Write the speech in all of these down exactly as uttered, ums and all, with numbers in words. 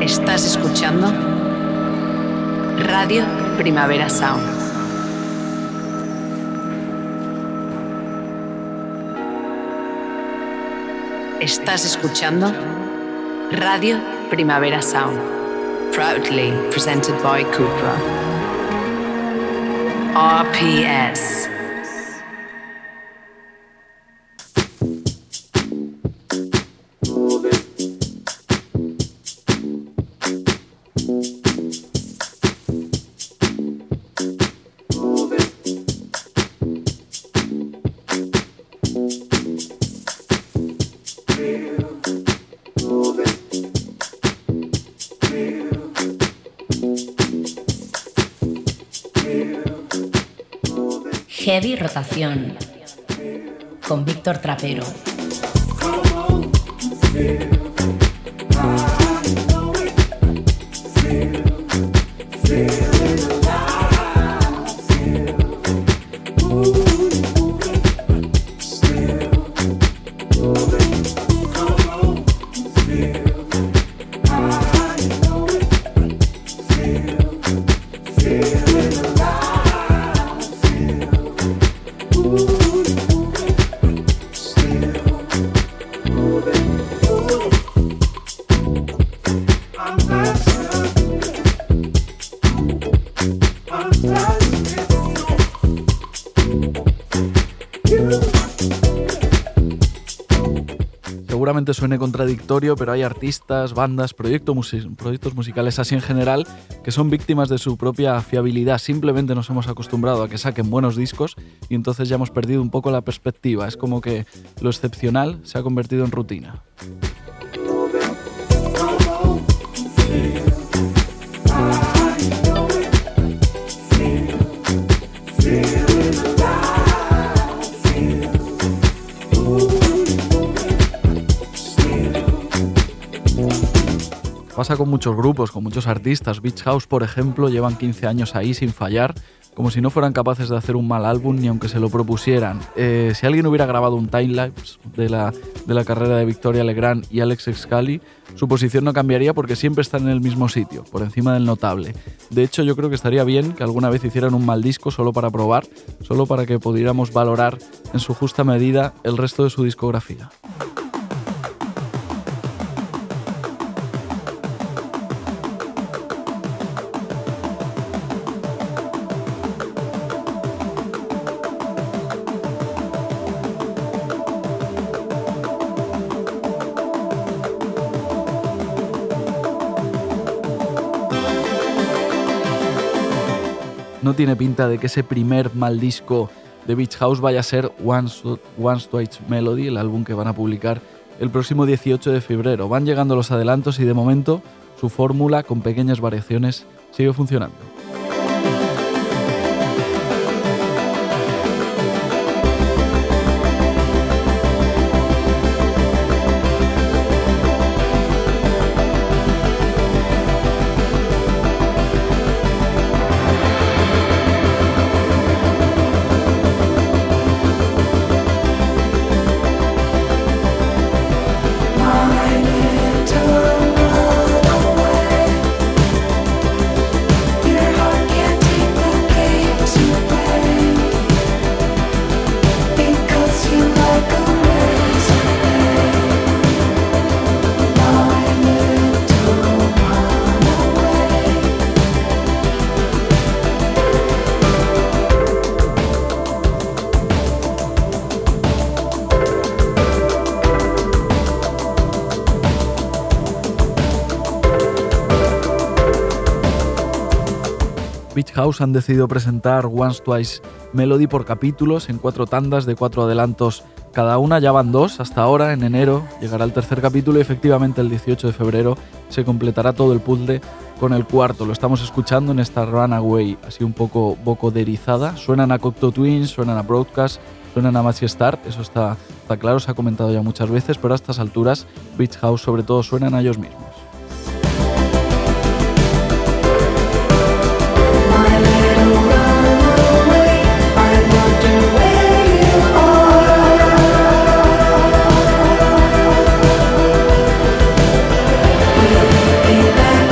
Estás escuchando Radio Primavera Sound. Estás escuchando Radio Primavera Sound. Proudly presented by Cupra. R P S. Heavy Rotación con Víctor Trapero. Seguramente suene contradictorio, pero hay artistas, bandas, proyectos, musi- proyectos musicales así en general que son víctimas de su propia fiabilidad. Simplemente nos hemos acostumbrado a que saquen buenos discos y entonces ya hemos perdido un poco la perspectiva. Es como que lo excepcional se ha convertido en rutina. Pasa con muchos grupos, con muchos artistas. Beach House, por ejemplo, llevan quince años ahí sin fallar, como si no fueran capaces de hacer un mal álbum ni aunque se lo propusieran. Eh, si alguien hubiera grabado un timelapse de la, de la carrera de Victoria Legrand y Alex Excali, su posición no cambiaría porque siempre están en el mismo sitio, por encima del notable. De hecho, yo creo que estaría bien que alguna vez hicieran un mal disco solo para probar, solo para que pudiéramos valorar en su justa medida el resto de su discografía. No tiene pinta de que ese primer mal disco de Beach House vaya a ser Once, Once Twice Melody, el álbum que van a publicar el próximo dieciocho de febrero. Van llegando los adelantos y de momento su fórmula, con pequeñas variaciones, sigue funcionando. Beach House han decidido presentar Once Twice Melody por capítulos, en cuatro tandas de cuatro adelantos cada una. Ya van dos hasta ahora. En enero llegará el tercer capítulo y efectivamente el dieciocho de febrero se completará todo el puzzle con el cuarto. Lo estamos escuchando en esta Runaway así un poco vocoderizada. Suenan a Cocteau Twins, suenan a Broadcast, suenan a Massive Start, eso está, está claro, se ha comentado ya muchas veces, pero a estas alturas Beach House sobre todo suenan a ellos mismos. Back.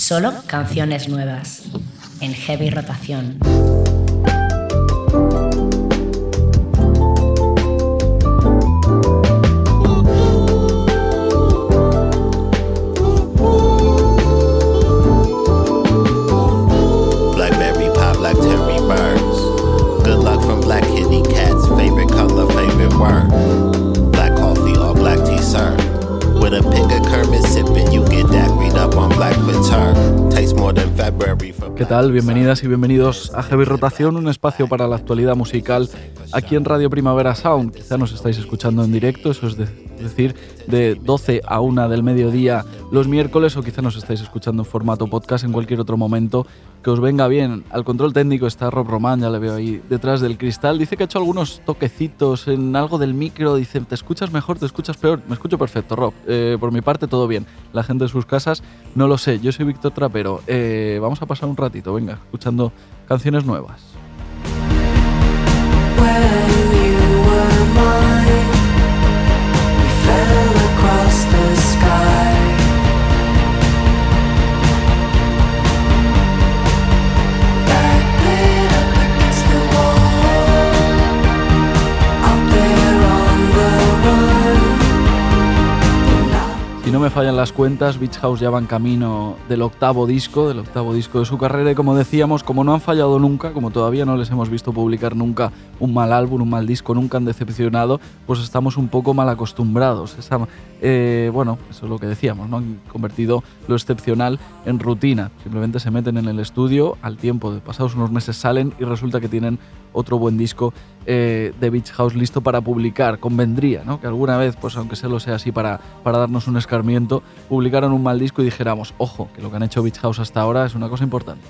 Solo canciones nuevas en Heavy Rotación. Blackberry pie, black cherry birds. Good luck from black kitty cats. Favorite color, favorite word. Black coffee or black tea served. With a pick of Kermit sipping, you get daiquied up on black return. Tastes more than February for ¿Qué tal? Bienvenidas y bienvenidos a Heavy Rotación, un espacio para la actualidad musical aquí en Radio Primavera Sound. Quizá nos estáis escuchando en directo, eso es de, decir, de doce a una del mediodía los miércoles, o quizá nos estáis escuchando en formato podcast en cualquier otro momento que os venga bien. Al control técnico está Rob Román, ya le veo ahí detrás del cristal. Dice que ha hecho algunos toquecitos en algo del micro, dice, ¿te escuchas mejor? ¿Te escuchas peor? Me escucho perfecto, Rob. Eh, por mi parte, todo bien. La gente de sus casas, no lo sé. Yo soy Víctor Trapero. Eh, vamos a pasar un ratito, venga, escuchando canciones nuevas. Si no me fallan las cuentas, Beach House ya va en camino del octavo disco, del octavo disco de su carrera, y como decíamos, como no han fallado nunca, como todavía no les hemos visto publicar nunca un mal álbum, un mal disco, nunca han decepcionado, pues estamos un poco mal acostumbrados. Esa, eh, bueno, eso es lo que decíamos, ¿no? Han convertido lo excepcional en rutina. Simplemente se meten en el estudio, al tiempo de pasados unos meses salen y resulta que tienen otro buen disco eh, de Beach House listo para publicar. Convendría, ¿no?, que alguna vez, pues aunque se lo sea así para, para darnos un escarmiento, publicaran un mal disco y dijéramos, ojo, que lo que han hecho Beach House hasta ahora es una cosa importante.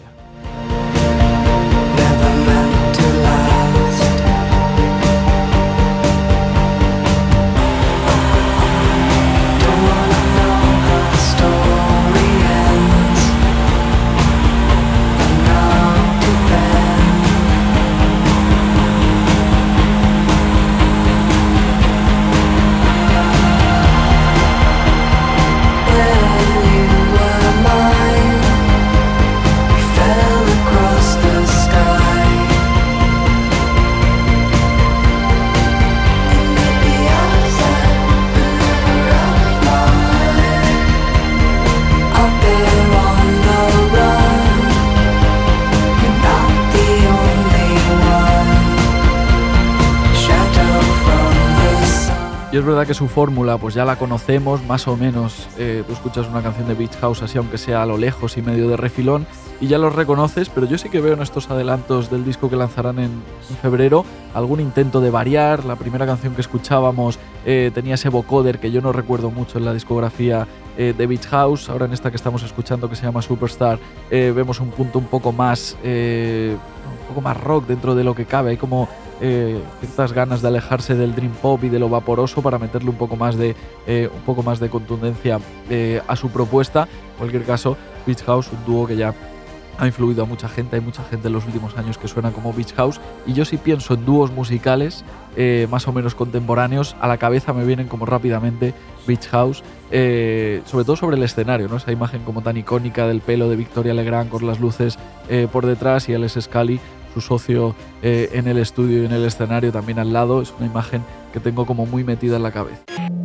Y es verdad que su fórmula pues ya la conocemos, más o menos. Eh, tú escuchas una canción de Beach House así, aunque sea a lo lejos y medio de refilón, y ya los reconoces, pero yo sí que veo en estos adelantos del disco que lanzarán en, en febrero algún intento de variar. La primera canción que escuchábamos eh, tenía ese vocoder que yo no recuerdo mucho en la discografía eh, de Beach House. Ahora en esta que estamos escuchando, que se llama Superstar, eh, vemos un punto un poco más eh, un poco más rock dentro de lo que cabe. Hay como Eh, ciertas ganas de alejarse del dream pop y de lo vaporoso para meterle un poco más de eh, un poco más de contundencia eh, a su propuesta. En cualquier caso, Beach House, un dúo que ya ha influido a mucha gente. Hay mucha gente en los últimos años que suena como Beach House, y yo sí pienso en dúos musicales eh, más o menos contemporáneos, a la cabeza me vienen como rápidamente Beach House, eh, sobre todo sobre el escenario, ¿no? Esa imagen como tan icónica del pelo de Victoria Legrand con las luces eh, por detrás, y Alex Scally, su socio eh, en el estudio y en el escenario también al lado. Es una imagen que tengo como muy metida en la cabeza.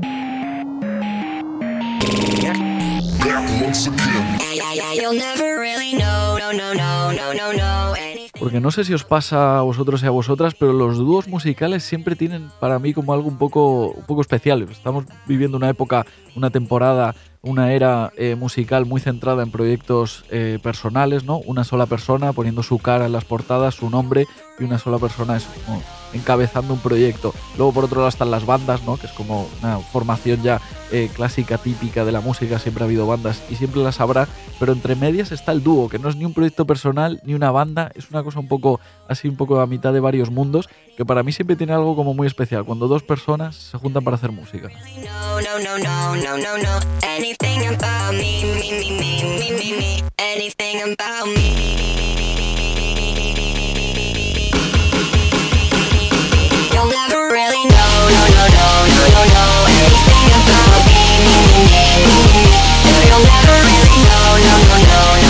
Porque no sé si os pasa a vosotros y a vosotras, pero los dúos musicales siempre tienen para mí como algo un poco, un poco especial. Estamos viviendo una época, una temporada, una era eh, musical muy centrada en proyectos eh, personales, ¿no? Una sola persona poniendo su cara en las portadas, su nombre, y una sola persona eso, como encabezando un proyecto. Luego, por otro lado, están las bandas, ¿no? Que es como una formación ya eh, clásica, típica de la música. Siempre ha habido bandas y siempre las habrá, pero entre medias está el dúo, que no es ni un proyecto personal ni una banda, es una cosa un poco así, un poco a mitad de varios mundos, que para mí siempre tiene algo como muy especial, cuando dos personas se juntan para hacer música. You'll never really know, no, no, no, no, no, no, anything about me, me, me, me, me, me. You'll never really know, no, no, no, no.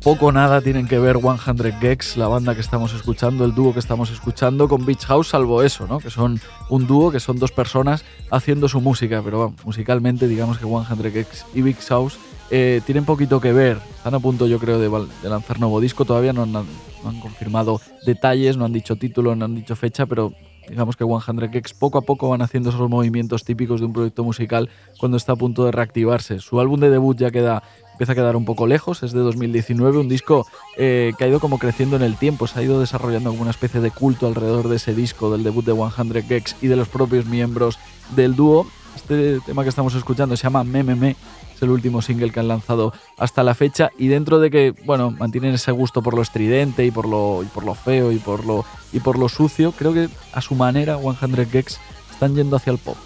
poco o nada tienen que ver cien Gex, la banda que estamos escuchando, el dúo que estamos escuchando, con Beach House, salvo eso, ¿no? Que son un dúo, que son dos personas haciendo su música, pero bueno, musicalmente digamos que cien Gex y Beach House eh, tienen poquito que ver. Están a punto, yo creo, de, de lanzar nuevo disco, todavía no han, no han confirmado detalles, no han dicho título, no han dicho fecha, pero digamos que cien Gex poco a poco van haciendo esos movimientos típicos de un proyecto musical cuando está a punto de reactivarse. Su álbum de debut ya queda, empieza a quedar un poco lejos, es de dos mil diecinueve, un disco eh, que ha ido como creciendo en el tiempo, se ha ido desarrollando como una especie de culto alrededor de ese disco, del debut de cien Gex y de los propios miembros del dúo. Este tema que estamos escuchando se llama Me Me Me, es el último single que han lanzado hasta la fecha, y dentro de que, bueno, mantienen ese gusto por lo estridente y por lo, y por lo feo y por lo, y por lo sucio, creo que a su manera cien Gex están yendo hacia el pop.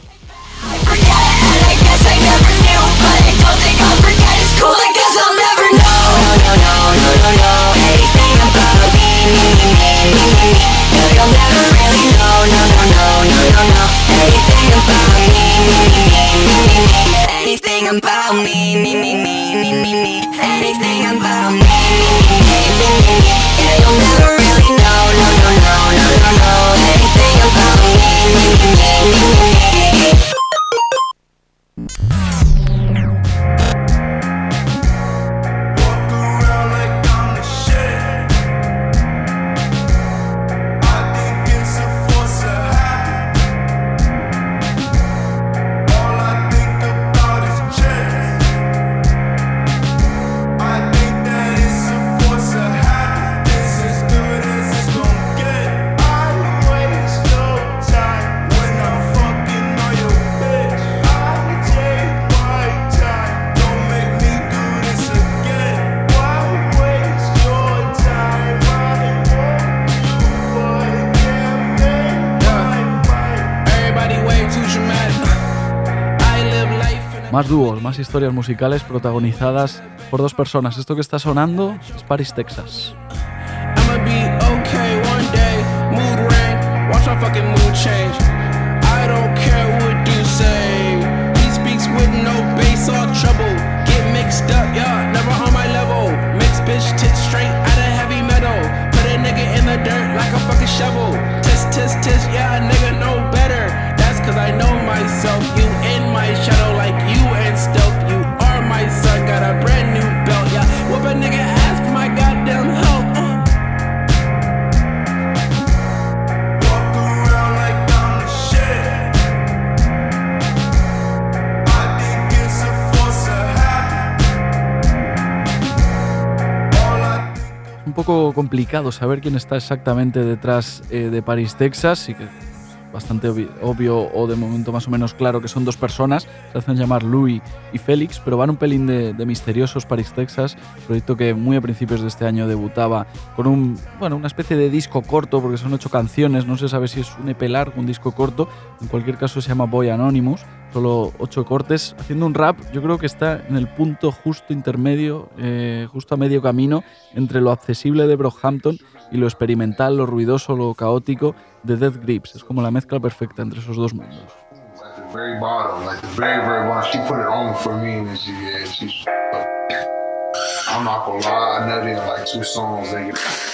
Anything about me, me, me, me, me, me, me. Anything about me, me, me, me, me, me, me. Yeah, you'll never really know, no, no, no, no, no, no. Anything about me, me, me, me, me, me, me. Más dúos, más historias musicales protagonizadas por dos personas. Esto que está sonando es Paris, Texas. Un poco complicado saber quién está exactamente detrás eh, de Paris, Texas, y que bastante obvio, obvio o de momento más o menos claro que son dos personas, se hacen llamar Louis y Félix, pero van un pelín de, de misteriosos. Paris, Texas, proyecto que muy a principios de este año debutaba con un, bueno, una especie de disco corto, porque son ocho canciones, no se sabe si es un E P largo, un disco corto, en cualquier caso se llama Boy Anonymous, solo ocho cortes, haciendo un rap. Yo creo que está en el punto justo intermedio, eh, justo a medio camino entre lo accesible de Brockhampton y lo experimental, lo ruidoso, lo caótico de Death Grips. Es como la mezcla perfecta entre esos dos mundos. Very bottom, like the very, very bottom. She put it on for me, and she, yeah, she's. I'm not gonna lie, I know they have like two songs. They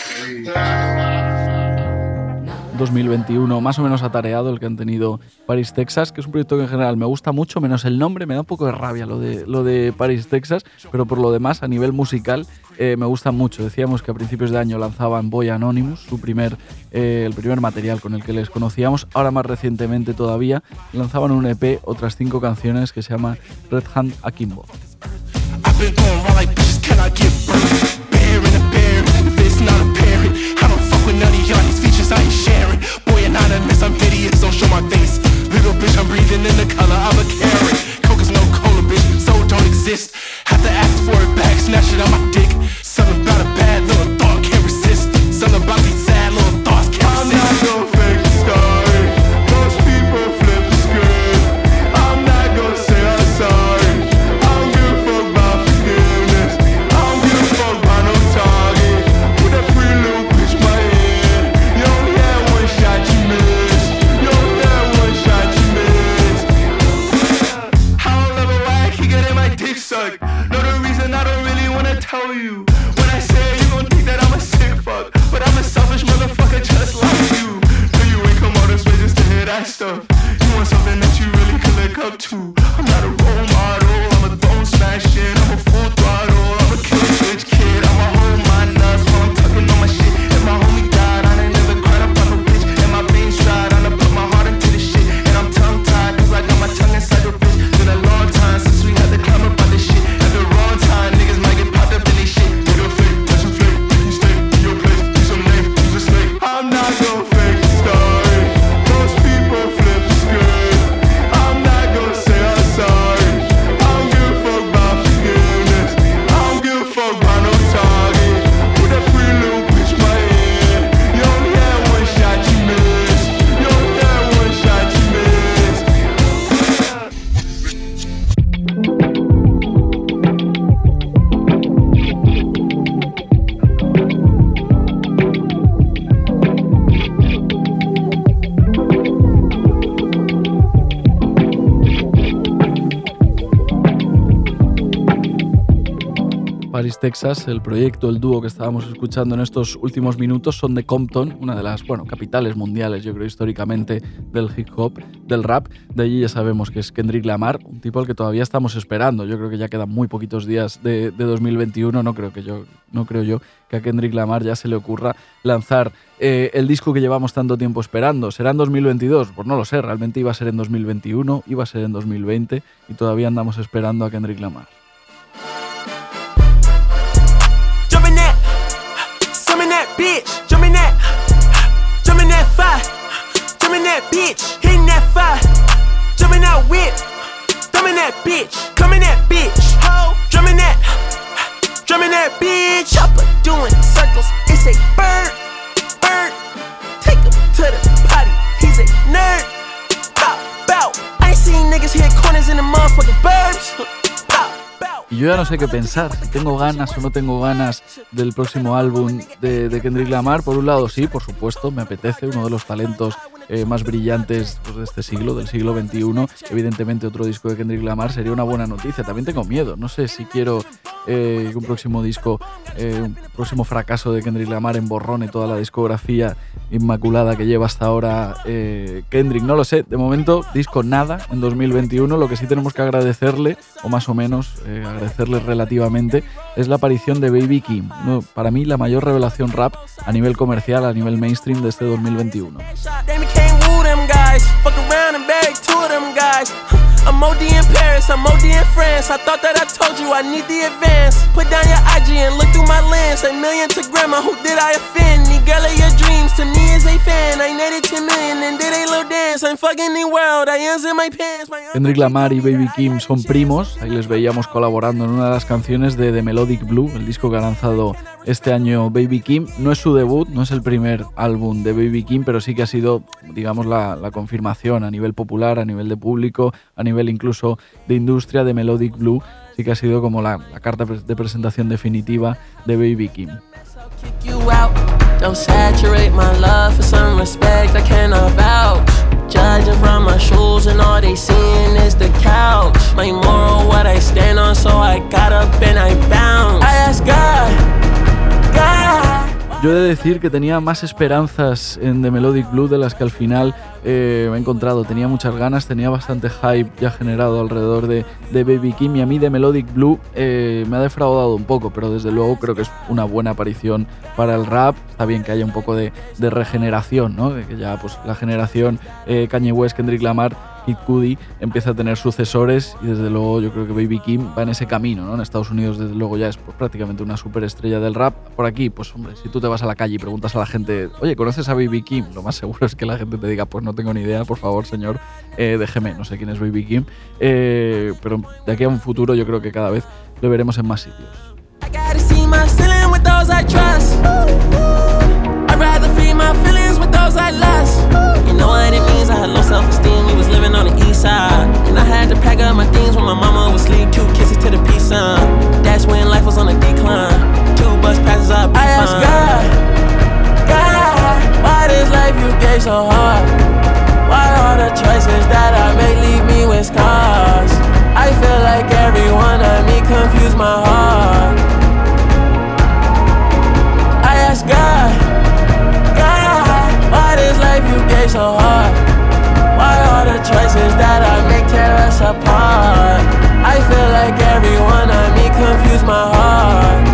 dos mil veintiuno más o menos atareado el que han tenido Paris, Texas, que es un proyecto que en general me gusta mucho, menos el nombre, me da un poco de rabia lo de, lo de Paris, Texas, pero por lo demás, a nivel musical, eh, me gusta mucho. Decíamos que a principios de año lanzaban Boy Anonymous, su primer, eh, el primer material con el que les conocíamos. Ahora más recientemente todavía lanzaban un E P, otras cinco canciones, que se llama Red Hand Akimbo. I ain't sharing. Boy, anonymous, I'm hideous, don't show my face. Little bitch, I'm breathing in the color of a carrot. Coke is no cola, bitch, so don't exist. Have to ask for it back, snatch it on my dick. Something about a bad little thought, can't resist. Something about these sad little thoughts, can't resist. I'm not gonna fake the story. Most people flip the script. I'm not gonna say I'm sorry. I don't give a fuck about forgiveness. I don't give a fuck about no Paris, Texas. El proyecto, el dúo que estábamos escuchando en estos últimos minutos son de Compton, una de las bueno, capitales mundiales, yo creo, históricamente del hip hop, del rap. De allí ya sabemos que es Kendrick Lamar, un tipo al que todavía estamos esperando. Yo creo que ya quedan muy poquitos días de, de dos mil veintiuno. No creo, que yo, no creo yo que a Kendrick Lamar ya se le ocurra lanzar eh, el disco que llevamos tanto tiempo esperando. ¿Será en dos mil veintidós? Pues no lo sé, realmente iba a ser en dos mil veintiuno, iba a ser en dos mil veinte y todavía andamos esperando a Kendrick Lamar. Bitch, jump in that, jump in that fire, jump in that bitch, hitting that fire, jump in that whip, jump in that bitch, come in that bitch, ho, drum in that, drum in that bitch, chopper doing circles, it's a bird, bird, take him to the potty, he's a nerd, pop, bow, I ain't seen niggas hit corners in the motherfucking burbs. Y yo ya no sé qué pensar, si tengo ganas o no tengo ganas del próximo álbum de, de Kendrick Lamar. Por un lado sí, por supuesto, me apetece, uno de los talentos eh, más brillantes pues, de este siglo, del siglo veintiuno. Evidentemente otro disco de Kendrick Lamar sería una buena noticia. También tengo miedo, no sé si quiero eh, un próximo disco, eh, un próximo fracaso de Kendrick Lamar emborrone toda la discografía inmaculada que lleva hasta ahora eh, Kendrick. No lo sé, de momento disco nada en dos mil veintiuno. Lo que sí tenemos que agradecerle, o más o menos eh, agradecerle relativamente, es la aparición de Baby Keem, ¿no? Para mí la mayor revelación rap a nivel comercial, a nivel mainstream de este dos mil veintiuno. I'm O D in Paris, I'm O D in France. I thought that I told you I need the advance. Put down your I G and look through my lens. A million to grandma, who did I offend? The girl of your dreams to me is a fan. I netted ten million and did a little dance. I'm fucking the world, I am in my pants. Kendrick Lamar y Baby Keem son primos. Ahí les veíamos colaborando en una de las canciones de The Melodic Blue, el disco que ha lanzado este año Baby Keem. No es su debut, no es el primer álbum de Baby Keem, pero sí que ha sido, digamos, la, la confirmación a nivel popular, a nivel de público, a nivel incluso de industria de Melodic Blue. Sí que ha sido como la, la carta de presentación definitiva de Baby Keem. Don't saturate my love for some respect I cannot vouch. Judging from my shoes and all they seeing is the couch. My moral, what I stand on, so I got up and I bounced. I asked God, God. Yo he de decir que tenía más esperanzas en The Melodic Blue de las que al final eh, me he encontrado. Tenía muchas ganas, tenía bastante hype ya generado alrededor de, de Baby Keem, y a mí The Melodic Blue eh, me ha defraudado un poco, pero desde luego creo que es una buena aparición para el rap. Está bien que haya un poco de, de regeneración, ¿no? De que ya pues la generación eh, Kanye West, Kendrick Lamar, Kid Cudi empieza a tener sucesores, y desde luego yo creo que Baby Keem va en ese camino, ¿no? En Estados Unidos desde luego ya es pues, prácticamente una superestrella del rap. Por aquí, pues hombre, si tú te vas a la calle y preguntas a la gente, oye, ¿conoces a Baby Keem? Lo más seguro es que la gente te diga, pues no tengo ni idea, por favor, señor, eh, déjeme, no sé quién es Baby Keem, eh, pero de aquí a un futuro yo creo que cada vez lo veremos en más sitios. I'd rather feed my feelings with those I lost. You know what it means, I had low self-esteem. We was living on the east side, and I had to pack up my things when my mama was asleep. Two kisses to the peace sign. That's when life was on a decline. Two bus passes up. I asked God, God, why this life you gave so hard? Why all the choices that I make leave me with scars? I feel like every one of me confused my heart. I asked God, why this life you gave so hard? Why all the choices that I make tear us apart? I feel like every one of me confused my heart.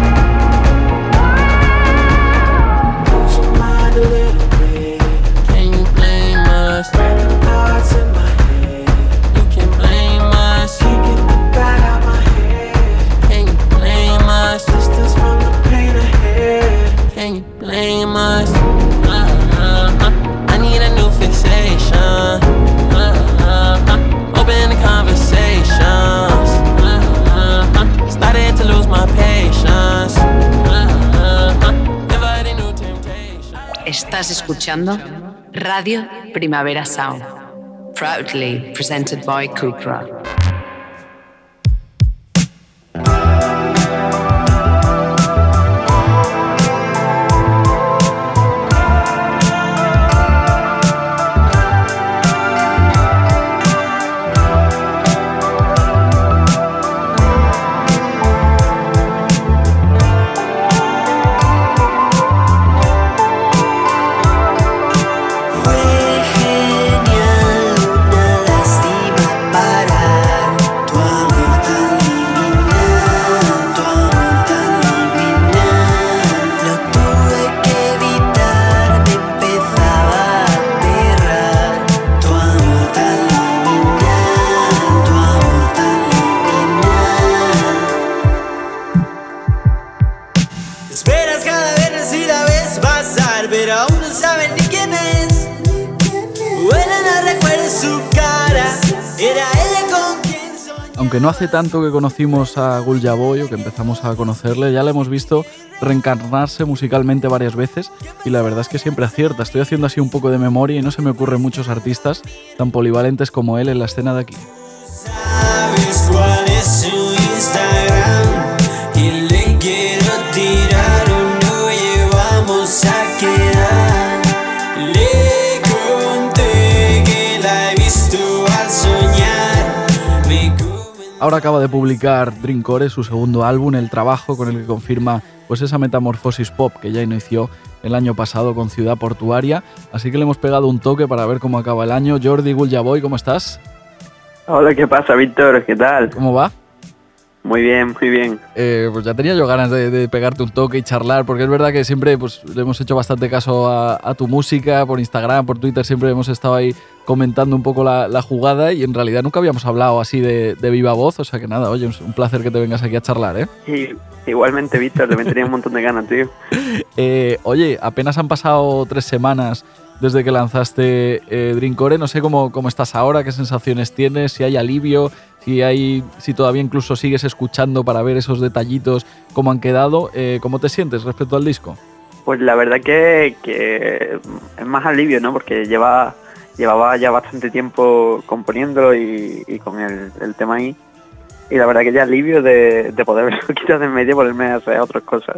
Lose your mind a little bit. Can you blame us? Random thoughts in my head. You can blame us. Keep getting the bad out my head. Can you blame us? Distance from the pain ahead. Can you blame us? Open the conversations. Started to lose my patience. Inviting new temptations. Estás escuchando Radio Primavera Sound, proudly presented by Cupra. aunque no hace tanto que conocimos a Gulja Boy o que empezamos a conocerle, ya le hemos visto reencarnarse musicalmente varias veces y la verdad es que siempre acierta. Estoy haciendo así un poco de memoria y no se me ocurren muchos artistas tan polivalentes como él en la escena de aquí. ¿Sabes cuál es su Instagram? Que le quiero tirar o no llevamos a quedar. Le conté que la he visto al soñar. Me Ahora acaba de publicar Drinkcore, su segundo álbum, El Trabajo, con el que confirma pues esa metamorfosis pop que ya inició el año pasado con Ciudad Portuaria. Así que le hemos pegado un toque para ver cómo acaba el año. Jordi Gulja Boy, ¿cómo estás? Hola, ¿qué pasa, Víctor? ¿Qué tal? ¿Cómo va? Muy bien, muy bien. Eh, pues ya tenía yo ganas de, de pegarte un toque y charlar, porque es verdad que siempre pues, le hemos hecho bastante caso a, a tu música, por Instagram, por Twitter, siempre hemos estado ahí comentando un poco la, la jugada y en realidad nunca habíamos hablado así de, de viva voz, o sea que nada, oye, un placer que te vengas aquí a charlar, ¿eh? Sí, igualmente, Víctor, también tenía un montón de ganas, tío. eh, oye, apenas han pasado tres semanas desde que lanzaste eh, Drinkcore, no sé cómo, cómo estás ahora, qué sensaciones tienes, si hay alivio, si hay, si todavía incluso sigues escuchando para ver esos detallitos, cómo han quedado, eh, ¿cómo te sientes respecto al disco? Pues la verdad que, que es más alivio, ¿no? Porque lleva, llevaba ya bastante tiempo componiéndolo y, y con el, el tema ahí. Y la verdad que ya alivio de, de poder quitar de en medio y ponerme a hacer otras cosas.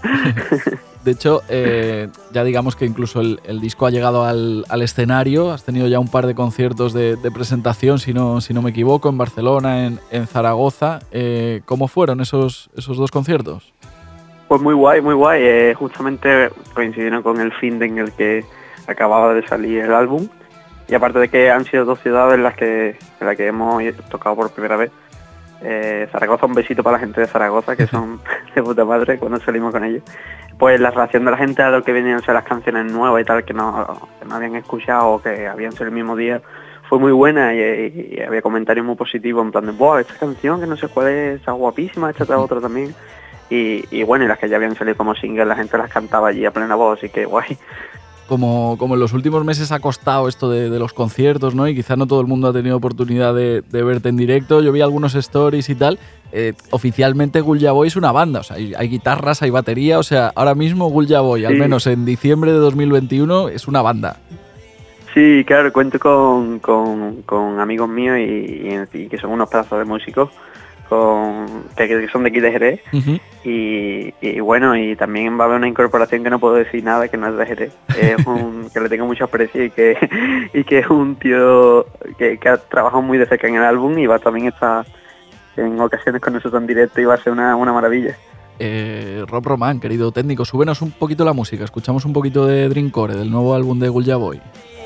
De hecho, eh, ya digamos que incluso el, el disco ha llegado al, al escenario. Has tenido ya un par de conciertos de, de presentación, si no, si no me equivoco, en Barcelona, en, en Zaragoza. Eh, ¿Cómo fueron esos, esos dos conciertos? Pues muy guay, muy guay. Eh, justamente coincidieron con el fin de en el que acababa de salir el álbum. Y aparte de que han sido dos ciudades en las que, en las que hemos tocado por primera vez. Eh, Zaragoza, un besito para la gente de Zaragoza, que son de puta madre cuando salimos con ellos. Pues la reacción de la gente a lo que venían a ser las canciones nuevas y tal, que no, que no habían escuchado o que habían sido el mismo día, fue muy buena y, y, y había comentarios muy positivos en plan de, ¡buah, esta canción que no sé cuál es, está guapísima, esta otra otra también! Y, y bueno, y las que ya habían salido como singles, la gente las cantaba allí a plena voz, así que guay. Como, como en los últimos meses ha costado esto de, de los conciertos, ¿no? Y quizá no todo el mundo ha tenido oportunidad de, de verte en directo. Yo vi algunos stories y tal. Eh, oficialmente Gulja Boy es una banda, o sea, hay, hay guitarras, hay batería, o sea, ahora mismo Gulja Boy, sí, al menos en diciembre de dos mil veintiuno, es una banda. Sí, claro, cuento con, con, con amigos míos y, y, y que son unos pedazos de músicos. Con, que son de aquí de Jerez. Uh-huh. y, y bueno, y también va a haber una incorporación que no puedo decir nada, que no es de Jerez, es un que le tengo mucho aprecio y que y que es un tío que, que ha trabajado muy de cerca en el álbum y va también estar en ocasiones con nosotros en directo y va a ser una, una maravilla. eh, Rob Román, querido técnico, súbenos un poquito la música, escuchamos un poquito de Drinkcore, del nuevo álbum de Gulja Boy.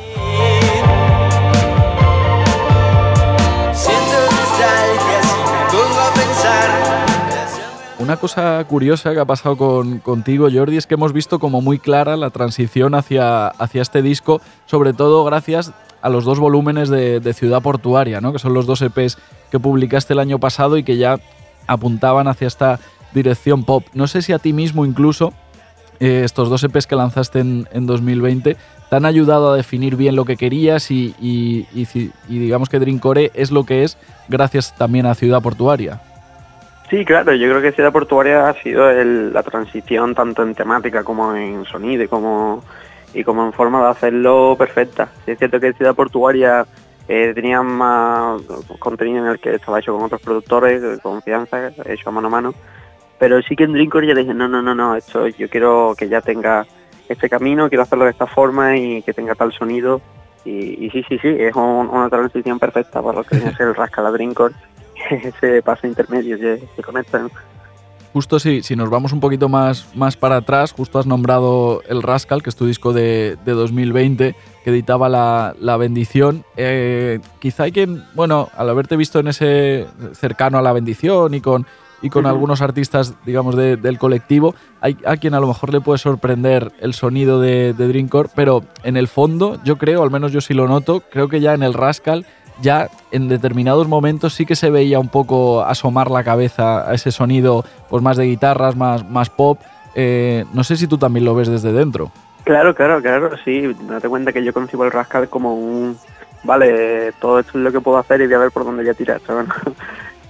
Una cosa curiosa que ha pasado con, contigo, Jordi, es que hemos visto como muy clara la transición hacia, hacia este disco, sobre todo gracias a los dos volúmenes de, de Ciudad Portuaria, ¿no? Que son los dos E Pes que publicaste el año pasado y que ya apuntaban hacia esta dirección pop. No sé si a ti mismo incluso eh, estos dos E Pes que lanzaste en, en dos mil veinte te han ayudado a definir bien lo que querías y, y, y, y digamos que Drinkcore es lo que es gracias también a Ciudad Portuaria. Sí, claro, yo creo que Ciudad Portuaria ha sido el, la transición tanto en temática como en sonido y como, y como en forma de hacerlo perfecta. Sí, es cierto que Ciudad Portuaria eh, tenía más contenido en el que estaba hecho con otros productores, de confianza, hecho a mano a mano, pero sí que en Drinkcore ya dije, no, no, no, no, esto yo quiero que ya tenga este camino, quiero hacerlo de esta forma y que tenga tal sonido. Y, y sí, sí, sí, es un, una transición perfecta para lo que viene a ser el Rascal a Drinkcore. Ese paso intermedio que se conectan. Justo si, si nos vamos un poquito más, más para atrás, justo has nombrado El Rascal, que es tu disco de, de dos mil veinte, que editaba La, la Bendición. Eh, quizá hay quien, bueno, al haberte visto en ese cercano a La Bendición y con, y con uh-huh. algunos artistas, digamos, de, del colectivo, hay a quien a lo mejor le puede sorprender el sonido de, de Drinkcore, pero en el fondo, yo creo, al menos yo sí lo noto, creo que ya en El Rascal ya en determinados momentos sí que se veía un poco asomar la cabeza a ese sonido pues más de guitarras, más, más pop. Eh, no sé si tú también lo ves desde dentro. Claro, claro, claro, sí. Date cuenta que yo concibo el Rascal como un... Vale, todo esto es lo que puedo hacer y voy a ver por dónde voy a tirar, ¿sabes?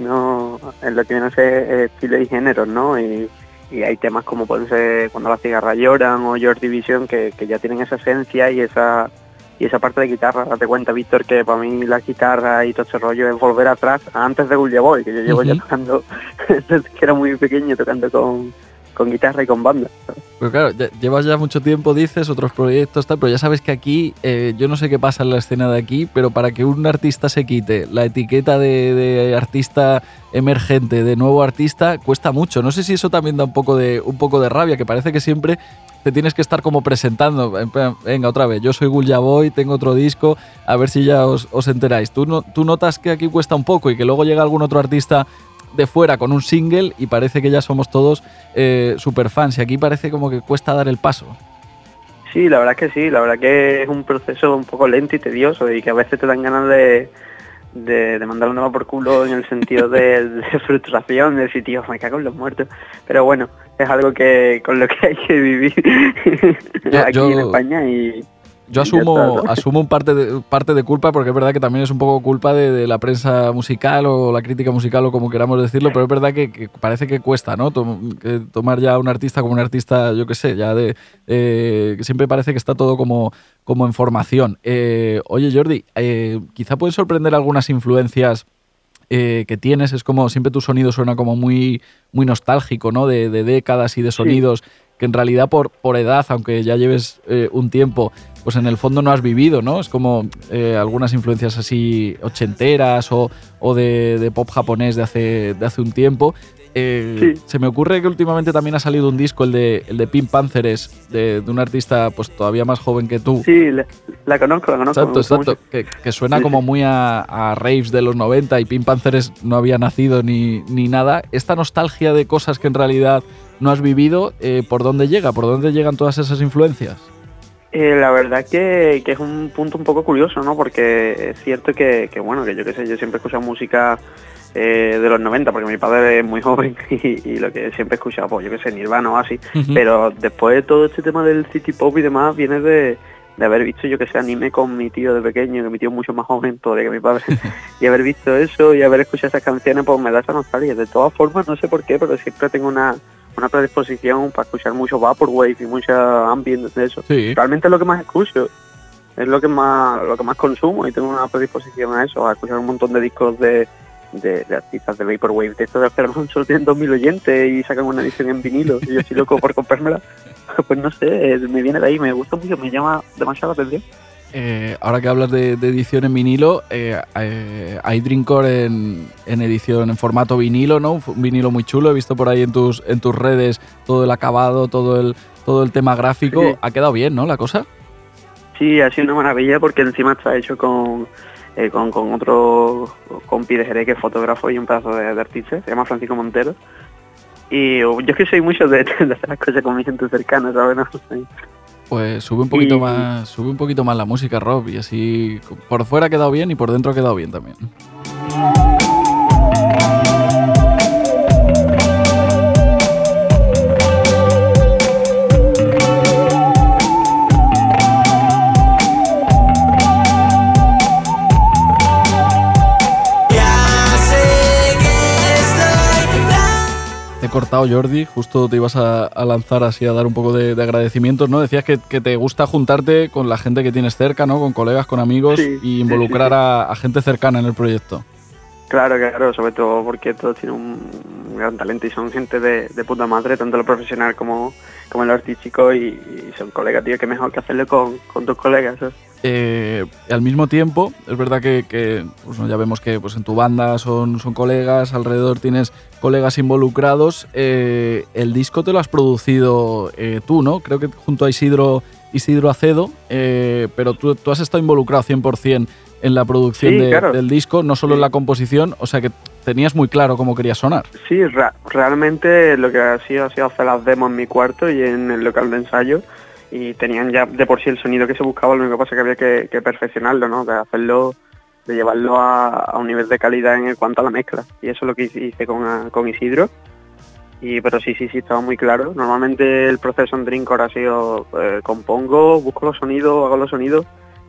¿no? En lo que viene a ser estilo y género, ¿no? Y, y hay temas como pueden ser Cuando las cigarras lloran o Your Division que, que ya tienen esa esencia y esa y esa parte de guitarra. Date cuenta, Víctor, que para mí la guitarra y todo ese rollo es volver atrás antes de Gullia Boy, que yo llevo uh-huh. ya tocando desde que era muy pequeño, tocando con, con guitarra y con banda, ¿sabes? Pero claro, ya, llevas ya mucho tiempo, dices, otros proyectos, tal, pero ya sabes que aquí, eh, yo no sé qué pasa en la escena de aquí, pero para que un artista se quite la etiqueta de, de artista emergente, de nuevo artista, cuesta mucho. No sé si eso también da un poco de, un poco de rabia, que parece que siempre te tienes que estar como presentando. Venga, otra vez, yo soy Gullia Boy, tengo otro disco, a ver si ya os, os enteráis. ¿Tú, no, ¿Tú notas que aquí cuesta un poco y que luego llega algún otro artista de fuera con un single y parece que ya somos todos eh, super fans, y aquí parece como que cuesta dar el paso? Sí, la verdad es que sí, la verdad que es un proceso un poco lento y tedioso y que a veces te dan ganas de, de, de mandar un dedo por culo en el sentido de, de frustración, de decir, tío, me cago en los muertos. Pero bueno, es algo que con lo que hay que vivir yo, aquí yo... en España y... Yo asumo, asumo un parte de, parte de culpa, porque es verdad que también es un poco culpa de, de la prensa musical o la crítica musical o como queramos decirlo, pero es verdad que, que parece que cuesta, ¿no? Tom, que tomar ya a un artista como un artista, yo qué sé, ya de eh, que siempre parece que está todo como, como en formación. Eh, oye, Jordi, eh, quizá pueden sorprender algunas influencias eh, que tienes. Es como siempre tu sonido suena como muy, muy nostálgico, ¿no? De, de décadas y de sonidos sí. que en realidad por, por edad, aunque ya lleves eh, un tiempo, pues en el fondo no has vivido, ¿no? Es como eh, algunas influencias así ochenteras o, o de, de pop japonés de hace, de hace un tiempo. Eh, sí. Se me ocurre que últimamente también ha salido un disco, el de, el de Pink Panthers, de, de un artista pues todavía más joven que tú. Sí, la, la conozco, la conozco. Exacto, exacto. Que, que suena sí, como sí. muy a, a raves de los noventa y Pink Panthers no había nacido ni, ni nada. Esta nostalgia de cosas que en realidad no has vivido, eh, ¿por dónde llega? ¿Por dónde llegan todas esas influencias? Eh, la verdad que, que es un punto un poco curioso, ¿no? Porque es cierto que, que bueno, que yo qué sé, yo siempre he escuchado música eh, de los noventa, porque mi padre es muy joven y, y lo que siempre he escuchado, pues yo qué sé, Nirvana o así, uh-huh. pero después de todo este tema del city pop y demás viene de, de haber visto, yo que sé, anime con mi tío de pequeño, que mi tío es mucho más joven todavía que mi padre, y haber visto eso y haber escuchado esas canciones, pues me da esa nostalgia. De todas formas, no sé por qué, pero siempre tengo una... una predisposición para escuchar mucho Vaporwave y mucha ambient de eso. Sí. Realmente es lo que más escucho, es lo que más lo que más consumo y tengo una predisposición a eso, a escuchar un montón de discos de, de, de artistas de Vaporwave, de estos de Afterman. Solo tienen dos mil oyentes y sacan una edición en vinilo y yo estoy loco por comprármela. Pues no sé, me viene de ahí, me gusta mucho, me llama demasiado la atención. Eh, ahora que hablas de, de edición en vinilo, eh, eh, hay Drinkcore en, en edición en formato vinilo, ¿no? Un vinilo muy chulo, he visto por ahí en tus en tus redes todo el acabado, todo el todo el tema gráfico. Sí. Ha quedado bien, ¿no? La cosa. Sí, ha sido una maravilla porque encima está hecho con eh, con, con otro compi de Jerez que es fotógrafo y un pedazo de, de artista, se llama Francisco Montero. Y yo es que soy mucho de, de hacer las cosas con mi gente cercana, ¿sabes? No sé. Pues sube un poquito y... más, sube un poquito más la música, Rob, y así por fuera ha quedado bien y por dentro ha quedado bien también. Te he cortado, Jordi, justo te ibas a, a lanzar así a dar un poco de, de agradecimientos, ¿no? Decías que, que te gusta juntarte con la gente que tienes cerca, ¿no? Con colegas, con amigos, sí, y involucrar sí, sí, sí. A, a gente cercana en el proyecto. Claro, claro, sobre todo porque todos tienen un gran talento y son gente de, de puta madre, tanto lo profesional como, como lo artístico, y, y son colegas, tío, que mejor que hacerlo con, con tus colegas, ¿sabes? Eh, al mismo tiempo, es verdad que, que pues, ya vemos que pues, en tu banda son, son colegas, alrededor tienes colegas involucrados. Eh, el disco te lo has producido eh, tú, ¿no? Creo que junto a Isidro, Isidro Acedo, eh, pero tú, tú has estado involucrado cien por ciento en la producción sí, de, claro. del disco, no solo sí. en la composición, o sea que tenías muy claro cómo querías sonar. Sí, ra- realmente lo que ha sido ha sido hacer las demos en mi cuarto y en el local de ensayo, y tenían ya de por sí el sonido que se buscaba, lo único que pasa es que había que, que perfeccionarlo, ¿no? De hacerlo, de llevarlo a, a un nivel de calidad en cuanto a la mezcla, y eso es lo que hice con, con Isidro. Y pero sí, sí, sí, estaba muy claro. Normalmente el proceso en Drinkcore ha sido, eh, compongo, busco los sonidos, hago los sonidos,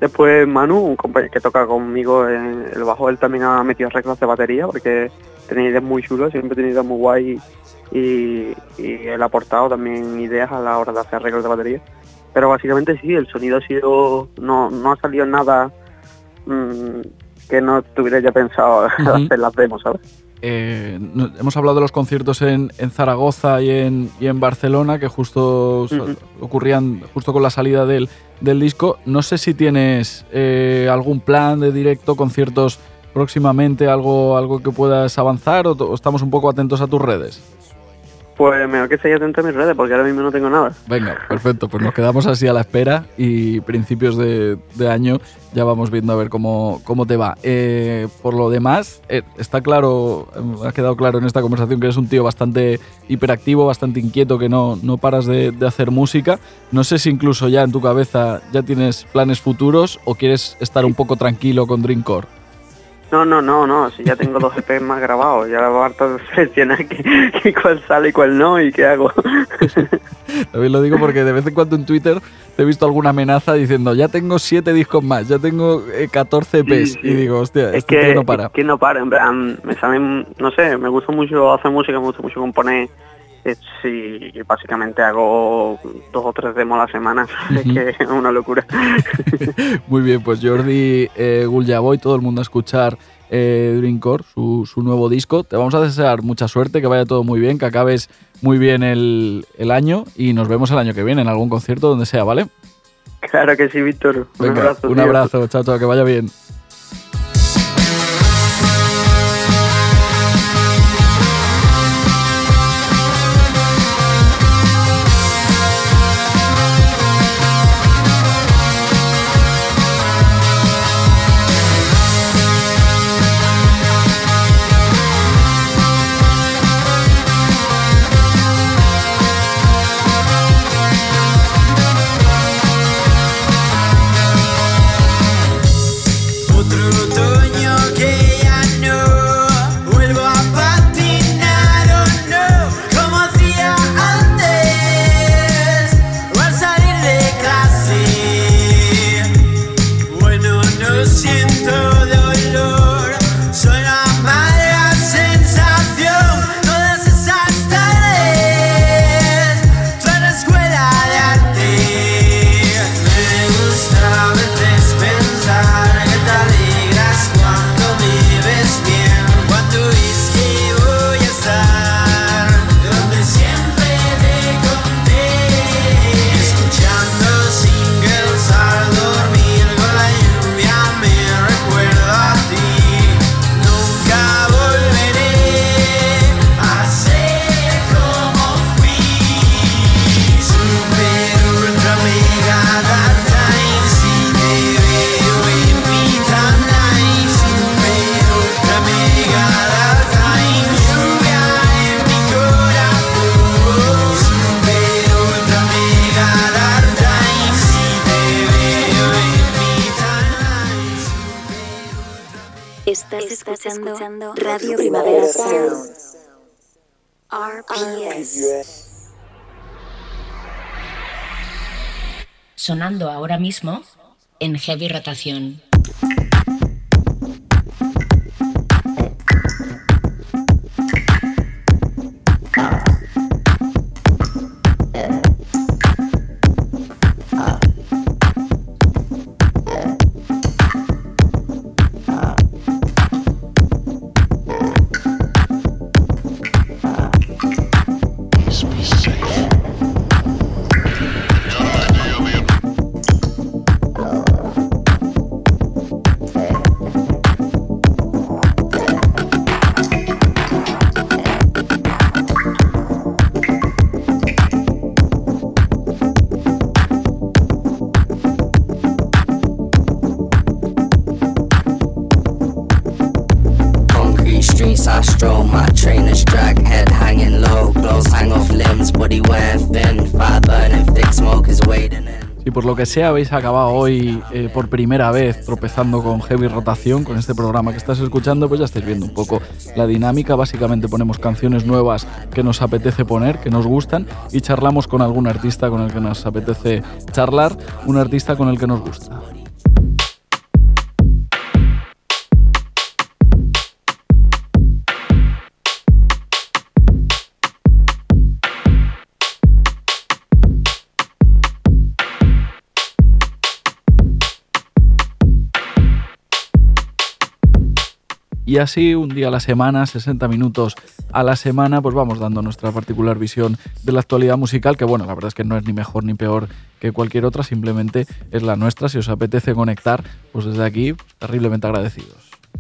Después Manu, un compañero que toca conmigo en el bajo, él también ha metido reglas de batería porque tenía ideas muy chulas, siempre tiene ideas muy guay y, y él ha aportado también ideas a la hora de hacer reglas de batería. Pero básicamente sí, el sonido ha sido, no, no ha salido nada mmm, que no tuviera ya pensado uh-huh. hacer las demos, ¿sabes? Eh, hemos hablado de los conciertos en, en Zaragoza y en, y en Barcelona, que justo uh-huh. ocurrían justo con la salida del, del disco. No sé si tienes eh, algún plan de directo, conciertos próximamente, algo, algo que puedas avanzar, o, o estamos un poco atentos a tus redes. Pues mejor que estéis atentos a mis redes, porque ahora mismo no tengo nada. Venga, perfecto, pues nos quedamos así a la espera y principios de, de año ya vamos viendo a ver cómo, cómo te va. Eh, por lo demás, eh, está claro, ha quedado claro en esta conversación que eres un tío bastante hiperactivo, bastante inquieto, que no, no paras de, de hacer música. No sé si incluso ya en tu cabeza ya tienes planes futuros o quieres estar un poco tranquilo con Dreamcore. No, no, no, no, si ya tengo dos E Pes más grabados, ya va harto de seleccionar qué, qué, cuál sale y cuál no y qué hago. También lo digo porque de vez en cuando en Twitter te he visto alguna amenaza diciendo ya tengo siete discos más, ya tengo eh, catorce E Pes, sí, sí. Y digo, hostia, es este que, tío no para. Es que no para, en plan, me saben, no sé, me gusta mucho hacer música, me gusta mucho componer. Eh, sí, básicamente hago dos o tres demos a la semana, uh-huh. Es que es una locura. Muy bien, pues Jordi eh, Gullavoy, todo el mundo a escuchar eh, Dreamcore, su, su nuevo disco. Te vamos a desear mucha suerte, que vaya todo muy bien, que acabes muy bien el, el año y nos vemos el año que viene en algún concierto, donde sea, ¿vale? Claro que sí, Víctor. Un Venga, abrazo. Un tío. abrazo, chao, chao, que vaya bien. Estás escuchando, escuchando Radio Primavera Sound. R P S. Sonando ahora mismo en Heavy Rotación. Si por lo que sea habéis acabado hoy eh, por primera vez tropezando con Heavy Rotación, con este programa que estás escuchando, pues ya estáis viendo un poco la dinámica. Básicamente ponemos canciones nuevas que nos apetece poner, que nos gustan, y charlamos con algún artista con el que nos apetece charlar, un artista con el que nos gusta. Y así, un día a la semana, sesenta minutos a la semana, pues vamos dando nuestra particular visión de la actualidad musical, que bueno, la verdad es que no es ni mejor ni peor que cualquier otra, simplemente es la nuestra. Si os apetece conectar, pues desde aquí, terriblemente agradecidos.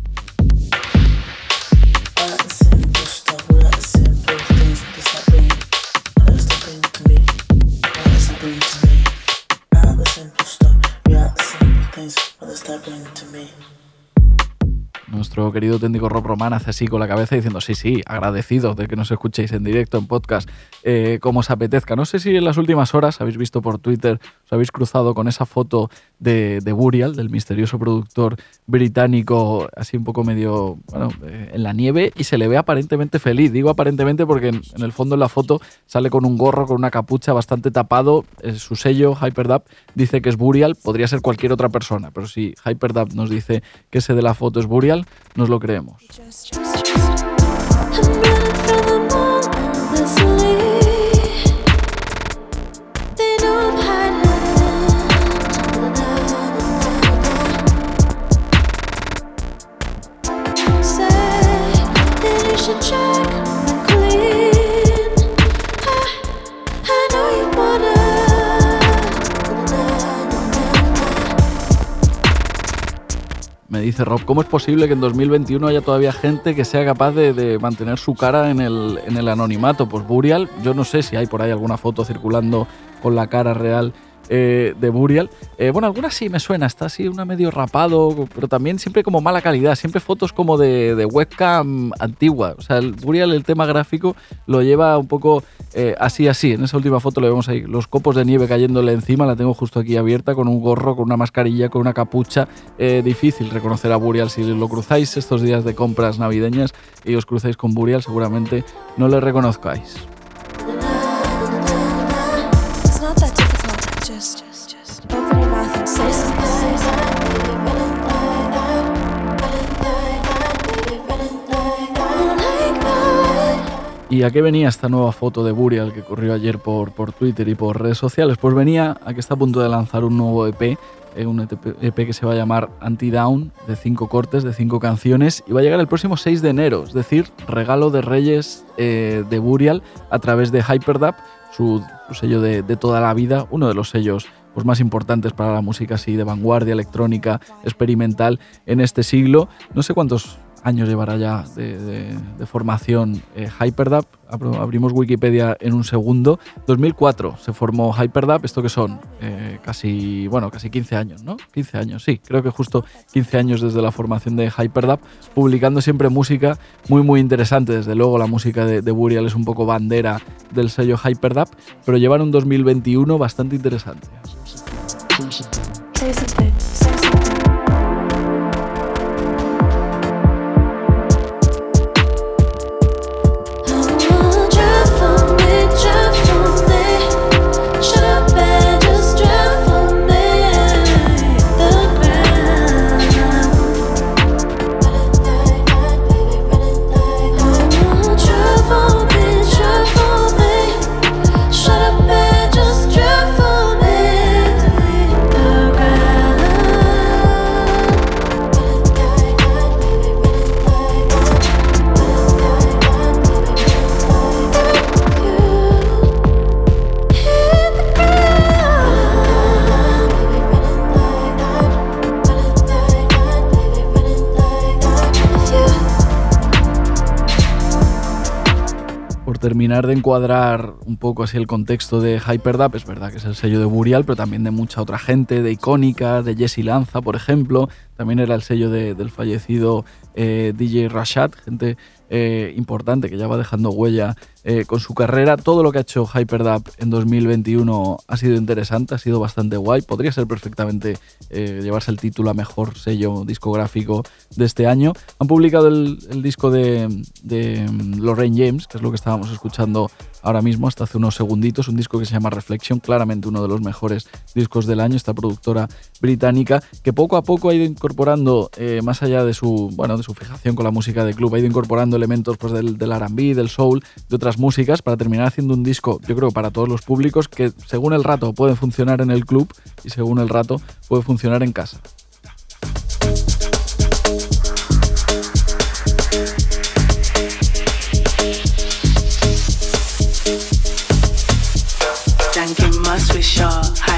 Nuestro querido técnico Rob Román hace así con la cabeza diciendo sí, sí, agradecido de que nos escuchéis en directo, en podcast, eh, como os apetezca. No sé si en las últimas horas habéis visto por Twitter, os habéis cruzado con esa foto de, de Burial, del misterioso productor británico, así un poco medio, bueno, eh, en la nieve, y se le ve aparentemente feliz. Digo aparentemente porque en, en el fondo en la foto sale con un gorro, con una capucha bastante tapado. Eh, su sello, Hyperdub, dice que es Burial, podría ser cualquier otra persona, pero si Hyperdub nos dice que ese de la foto es Burial, nos lo creemos. Me dice Rob, ¿cómo es posible que en dos mil veintiuno haya todavía gente que sea capaz de, de mantener su cara en el, en el anonimato? Pues Burial, yo no sé si hay por ahí alguna foto circulando con la cara real eh, de Burial. Eh, bueno, alguna sí me suena, está así una medio rapado, pero también siempre como mala calidad, siempre fotos como de, de webcam antigua. O sea, el Burial, el tema gráfico, lo lleva un poco eh, así, así. En esa última foto le vemos ahí los copos de nieve cayéndole encima, la tengo justo aquí abierta, con un gorro, con una mascarilla, con una capucha. Eh, difícil reconocer a Burial. Si lo cruzáis estos días de compras navideñas y os cruzáis con Burial, seguramente no le reconozcáis. ¿Y a qué venía esta nueva foto de Burial que corrió ayer por, por Twitter y por redes sociales? Pues venía a que está a punto de lanzar un nuevo E P, eh, un E P que se va a llamar Anti-Down, de cinco cortes, de cinco canciones, y va a llegar el próximo seis de enero, es decir, regalo de Reyes eh, de Burial a través de Hyperdub, su, su sello de, de toda la vida, uno de los sellos pues, más importantes para la música así de vanguardia, electrónica, experimental en este siglo. No sé cuántos años llevará ya de, de, de formación eh, Hyperdub. Abrimos Wikipedia en un segundo. dos mil cuatro se formó Hyperdub. ¿Esto qué son? Eh, casi, bueno, casi quince años, ¿no? quince años, sí. Creo que justo quince años desde la formación de Hyperdub, publicando siempre música muy, muy interesante. Desde luego la música de, de Burial es un poco bandera del sello Hyperdub, pero llevan un dos mil veintiuno bastante interesante. Terminar de encuadrar un poco así el contexto de Hyperdub, es verdad que es el sello de Burial, pero también de mucha otra gente, de Icónica, de Jesse Lanza, por ejemplo. También era el sello de, del fallecido eh, D J Rashad, gente eh, importante que ya va dejando huella eh, con su carrera. Todo lo que ha hecho Hyperdub en dos mil veintiuno ha sido interesante, ha sido bastante guay. Podría ser perfectamente eh, llevarse el título a mejor sello discográfico de este año. Han publicado el, el disco de, de Lorraine James, que es lo que estábamos escuchando ahora mismo, hasta hace unos segunditos, un disco que se llama Reflection, claramente uno de los mejores discos del año, esta productora británica, que poco a poco ha ido incorporando, eh, más allá de su, bueno, de su fijación con la música de club, ha ido incorporando elementos pues, del, del R and B, del soul, de otras músicas, para terminar haciendo un disco, yo creo, para todos los públicos, que según el rato puede funcionar en el club y según el rato puede funcionar en casa.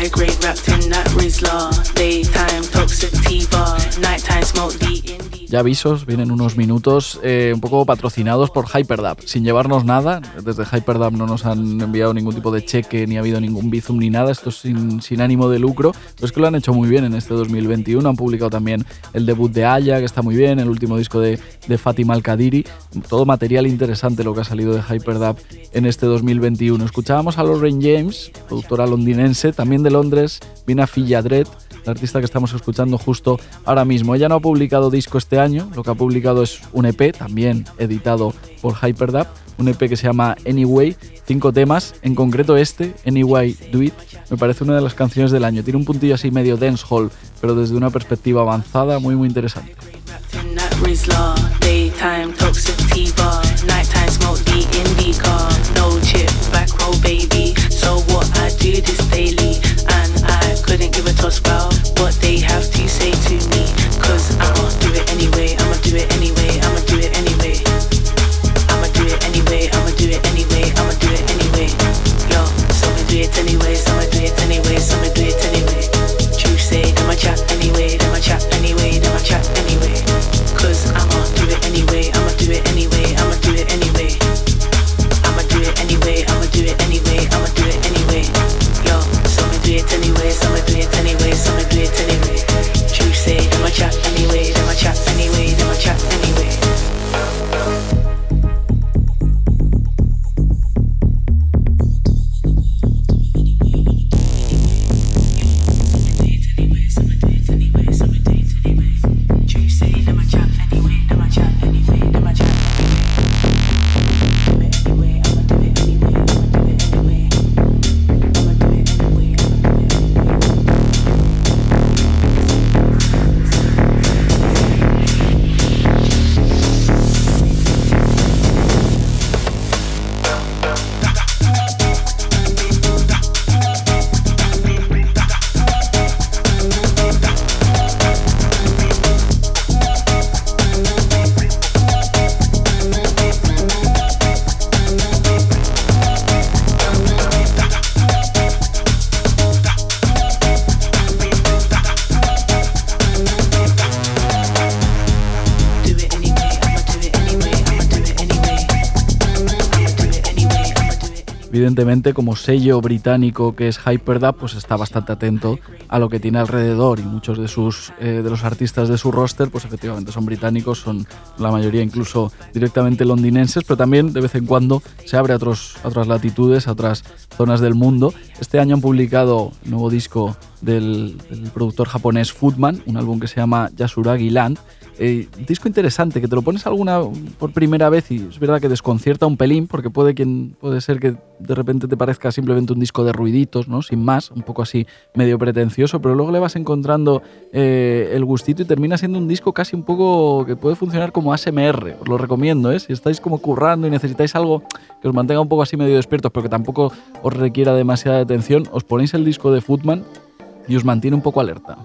high grade wrapped in that Rizla. Daytime toxic sativa, nighttime smoke the indie. Ya avisos, vienen unos minutos eh, un poco patrocinados por Hyperdub, sin llevarnos nada. Desde Hyperdub no nos han enviado ningún tipo de cheque, ni ha habido ningún bizum ni nada. Esto es sin, sin ánimo de lucro, pero es que lo han hecho muy bien en este dos mil veintiuno. Han publicado también el debut de Aya, que está muy bien, el último disco de, de Fatima Al-Qadiri. Todo material interesante lo que ha salido de Hyperdub en este dos mil veintiuno. Escuchábamos a Lauren James, productora londinense, también de Londres, Vina Filladret, la artista que estamos escuchando justo ahora mismo. Ella no ha publicado disco este año, lo que ha publicado es un E P, también editado por Hyperdub, un E P que se llama Anyway, cinco temas, en concreto este, Anyway Do It, me parece una de las canciones del año. Tiene un puntillo así medio dancehall, pero desde una perspectiva avanzada, muy muy interesante. Rizla, daytime toxic sativa, nighttime smoke the indica. No chip, back row baby. So what I do this daily, and I couldn't give a toss about what they have to say to me. Cause I'ma do it anyway, I'ma do it anyway, I'ma do it anyway. I'ma do it anyway, I'ma do it anyway, I'ma do it anyway. Yo, so I'ma do it anyway, so I'ma do it anyway, so I'ma do it anyway. True say, I'ma chat anyway, I'ma chat anyway, I'ma chat anyway. Cause I'ma do it anyway, I'ma do it anyway, I'ma do it anyway. I'ma do it anyway, I'ma do it anyway, I'ma do it anyway. Yo, so I'ma do it anyway, so I'ma do it anyway, so I'ma do it anyway. True say, I'ma chat anyway, I'ma chat anyway, I'ma chat anyway. Evidentemente, como sello británico que es Hyperdub, pues está bastante atento a lo que tiene alrededor, y muchos de sus eh, de los artistas de su roster, pues efectivamente son británicos, son la mayoría incluso directamente londinenses, pero también de vez en cuando se abre a, otros, a otras latitudes, a otras zonas del mundo. Este año han publicado el nuevo disco del, del productor japonés Footman, un álbum que se llama Yasuragi Land. Eh, disco interesante, que te lo pones alguna por primera vez y es verdad que desconcierta un pelín, porque puede, quien, puede ser que de repente te parezca simplemente un disco de ruiditos, ¿no? Sin más, un poco así medio pretencioso, pero luego le vas encontrando eh, el gustito y termina siendo un disco casi un poco que puede funcionar como A S M R. Os lo recomiendo, ¿eh? Si estáis como currando y necesitáis algo que os mantenga un poco así medio despiertos, pero que tampoco os requiera demasiada atención, os ponéis el disco de Footman y os mantiene un poco alerta.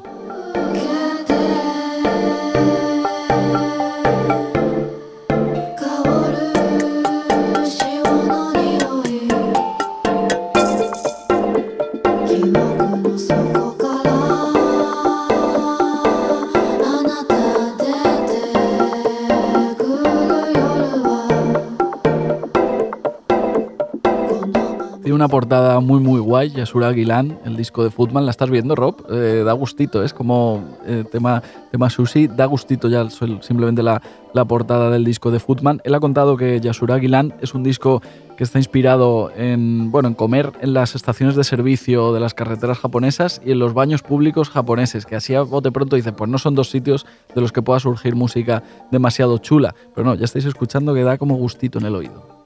Una portada muy muy guay, Yasuragi Land, el disco de Footman. ¿La estás viendo, Rob? Eh, da gustito, es como eh, tema, tema sushi, da gustito ya simplemente la, la portada del disco de Footman. Él ha contado que Yasuragi Land es un disco que está inspirado en, bueno, en comer en las estaciones de servicio de las carreteras japonesas y en los baños públicos japoneses, que así a bote pronto dice, pues no son dos sitios de los que pueda surgir música demasiado chula, pero no, ya estáis escuchando que da como gustito en el oído.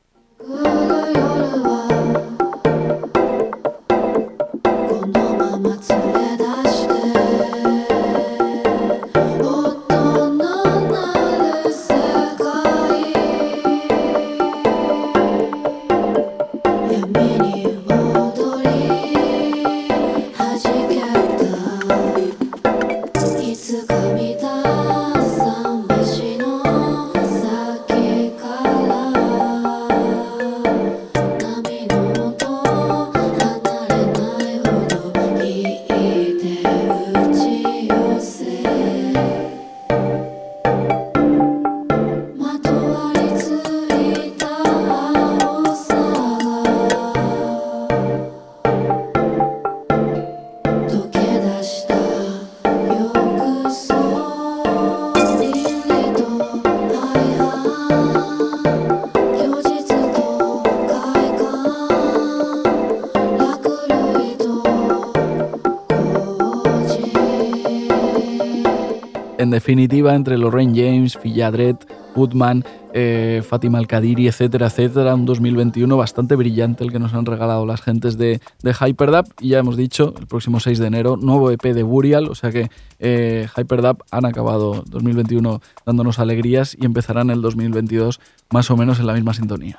En definitiva, entre Lorraine James, Filla Dredd, Woodman, eh, Fatima Al-Qadiri, etcétera, etcétera, un dos mil veintiuno bastante brillante el que nos han regalado las gentes de, de Hyperdub. Y ya hemos dicho, el próximo seis de enero, nuevo E P de Burial, o sea que eh, Hyperdub han acabado dos mil veintiuno dándonos alegrías y empezarán el dos mil veintidós más o menos en la misma sintonía.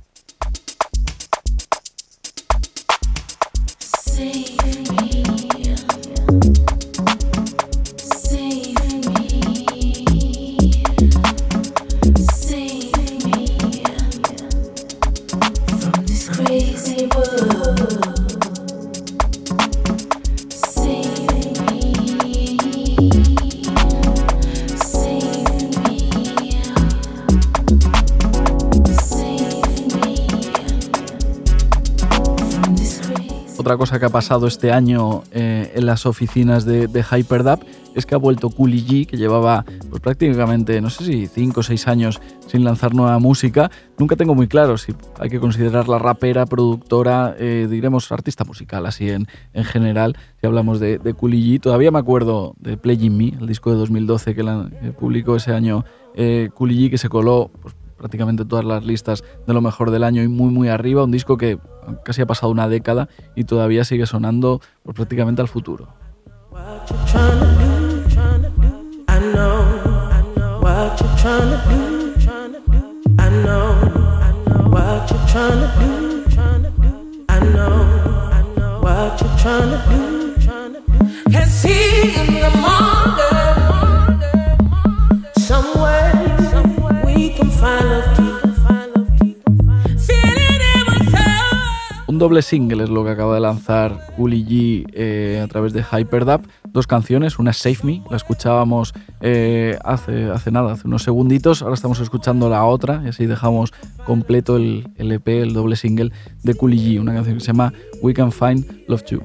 Otra cosa que ha pasado este año eh, en las oficinas de, de Hyperdub es que ha vuelto Coolie G, que llevaba pues, prácticamente, no sé si cinco o seis años sin lanzar nueva música. Nunca tengo muy claro si hay que considerarla rapera, productora, eh, diremos artista musical, así en, en general, si hablamos de, de Coolie G. Todavía me acuerdo de Playing Me, el disco de dos mil doce que, la, que publicó ese año eh, Coolie G, que se coló pues, prácticamente todas las listas de lo mejor del año y muy muy arriba, un disco que casi ha pasado una década y todavía sigue sonando pues, prácticamente al futuro. Un doble single es lo que acaba de lanzar Coolie G eh, a través de Hyperdub. Dos canciones, una es Save Me, la escuchábamos eh, hace, hace nada, hace unos segunditos. Ahora estamos escuchando la otra y así dejamos completo el, el E P, el doble single de Coolie G, una canción que se llama We Can Find Love Too.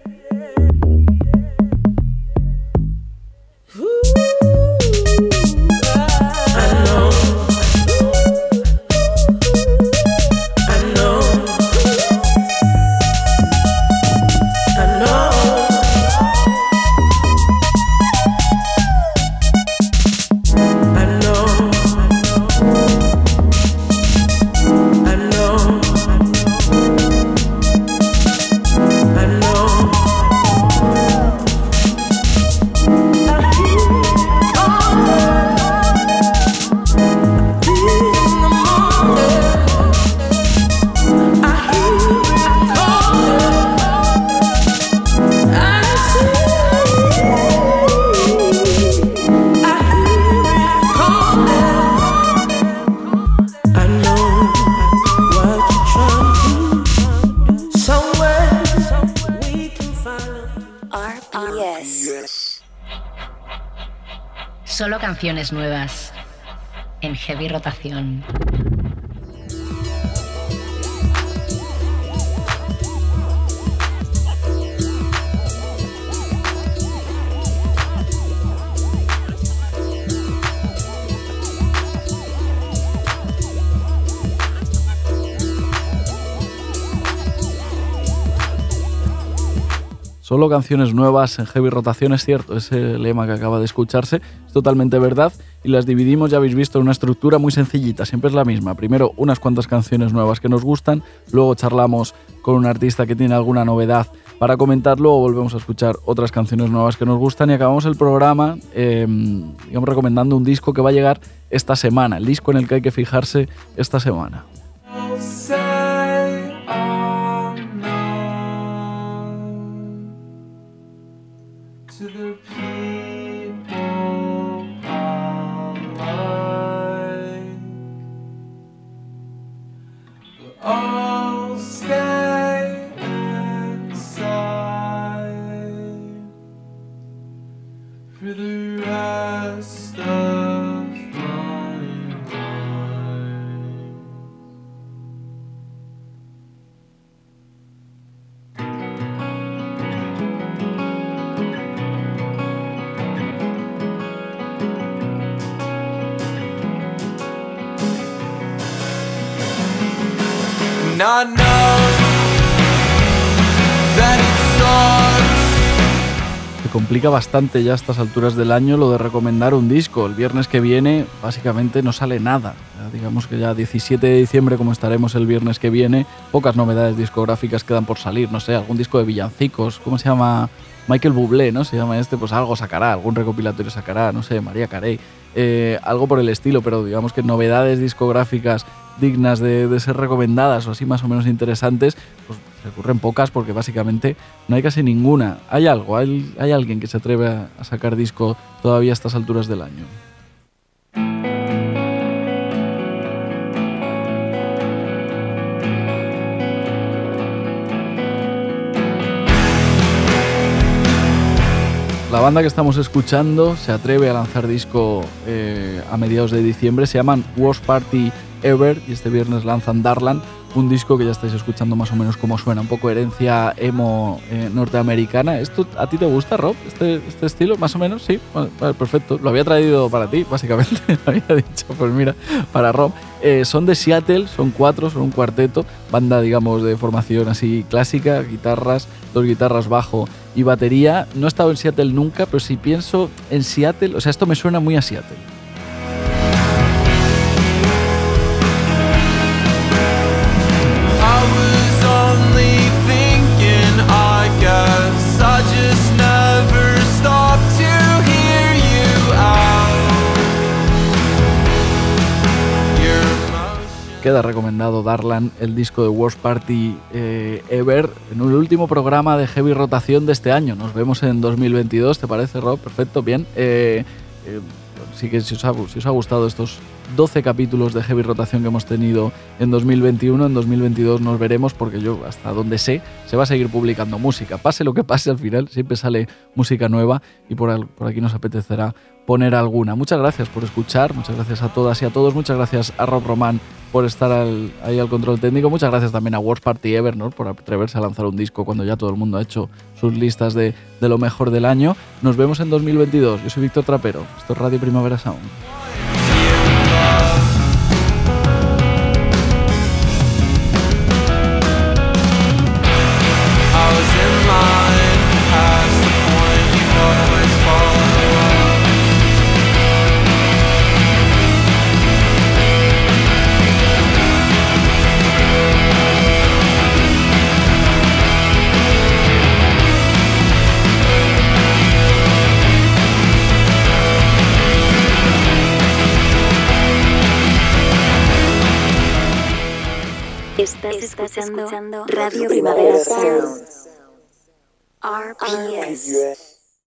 Solo canciones nuevas en Heavy Rotación. Solo canciones nuevas en Heavy Rotación, es cierto, ese lema que acaba de escucharse es totalmente verdad y las dividimos, ya habéis visto, en una estructura muy sencillita, siempre es la misma. Primero unas cuantas canciones nuevas que nos gustan, luego charlamos con un artista que tiene alguna novedad para comentar, luego volvemos a escuchar otras canciones nuevas que nos gustan y acabamos el programa eh, digamos, recomendando un disco que va a llegar esta semana, el disco en el que hay que fijarse esta semana. I know that it sucks. se complica bastante ya a estas alturas del año lo de recomendar un disco. El viernes que viene básicamente no sale nada. Ya digamos que ya diecisiete de diciembre, como estaremos el viernes que viene, pocas novedades discográficas quedan por salir. No sé, algún disco de villancicos, ¿cómo se llama? Michael Bublé, ¿no? Se llama este, pues algo sacará, algún recopilatorio sacará, no sé, María Carey, eh, algo por el estilo, pero digamos que novedades discográficas dignas de, de ser recomendadas o así más o menos interesantes, pues se ocurren pocas porque básicamente no hay casi ninguna. Hay algo, hay, hay alguien que se atreve a, a sacar disco todavía a estas alturas del año. La banda que estamos escuchando se atreve a lanzar disco eh, a mediados de diciembre, se llaman Worst Party Ever y este viernes lanzan Darkland, un disco que ya estáis escuchando más o menos cómo suena, un poco herencia emo eh, norteamericana. ¿Esto a ti te gusta, Rob, este, este estilo? Más o menos, sí. Vale, vale, perfecto. Lo había traído para ti, básicamente. Había dicho, pues mira, para Rob. Eh, son de Seattle, son cuatro, son un cuarteto, banda, digamos, de formación así clásica, guitarras, dos guitarras, bajo y batería. No he estado en Seattle nunca, pero si pienso en Seattle, o sea, esto me suena muy a Seattle. Queda recomendado Darkland, el disco de Worst Party eh, Ever, en el último programa de Heavy Rotación de este año. Nos vemos en dos mil veintidós, ¿te parece, Rob? Perfecto, bien. Eh, eh, sí que si os, ha, si os ha gustado estos doce capítulos de Heavy Rotación que hemos tenido en dos mil veintiuno, en dos mil veintidós nos veremos, porque yo, hasta donde sé, se va a seguir publicando música. Pase lo que pase, al final siempre sale música nueva y por, al, por aquí nos apetecerá poner alguna. Muchas gracias por escuchar, muchas gracias a todas y a todos, muchas gracias a Rob Román por estar al, ahí al control técnico, muchas gracias también a Worst Party Ever, ¿no? Por atreverse a lanzar un disco cuando ya todo el mundo ha hecho sus listas de, de lo mejor del año. Nos vemos en dos mil veintidós. Yo soy Víctor Trapero, esto es Radio Primavera Sound. Estás escuchando Radio Primavera Sound. R P S.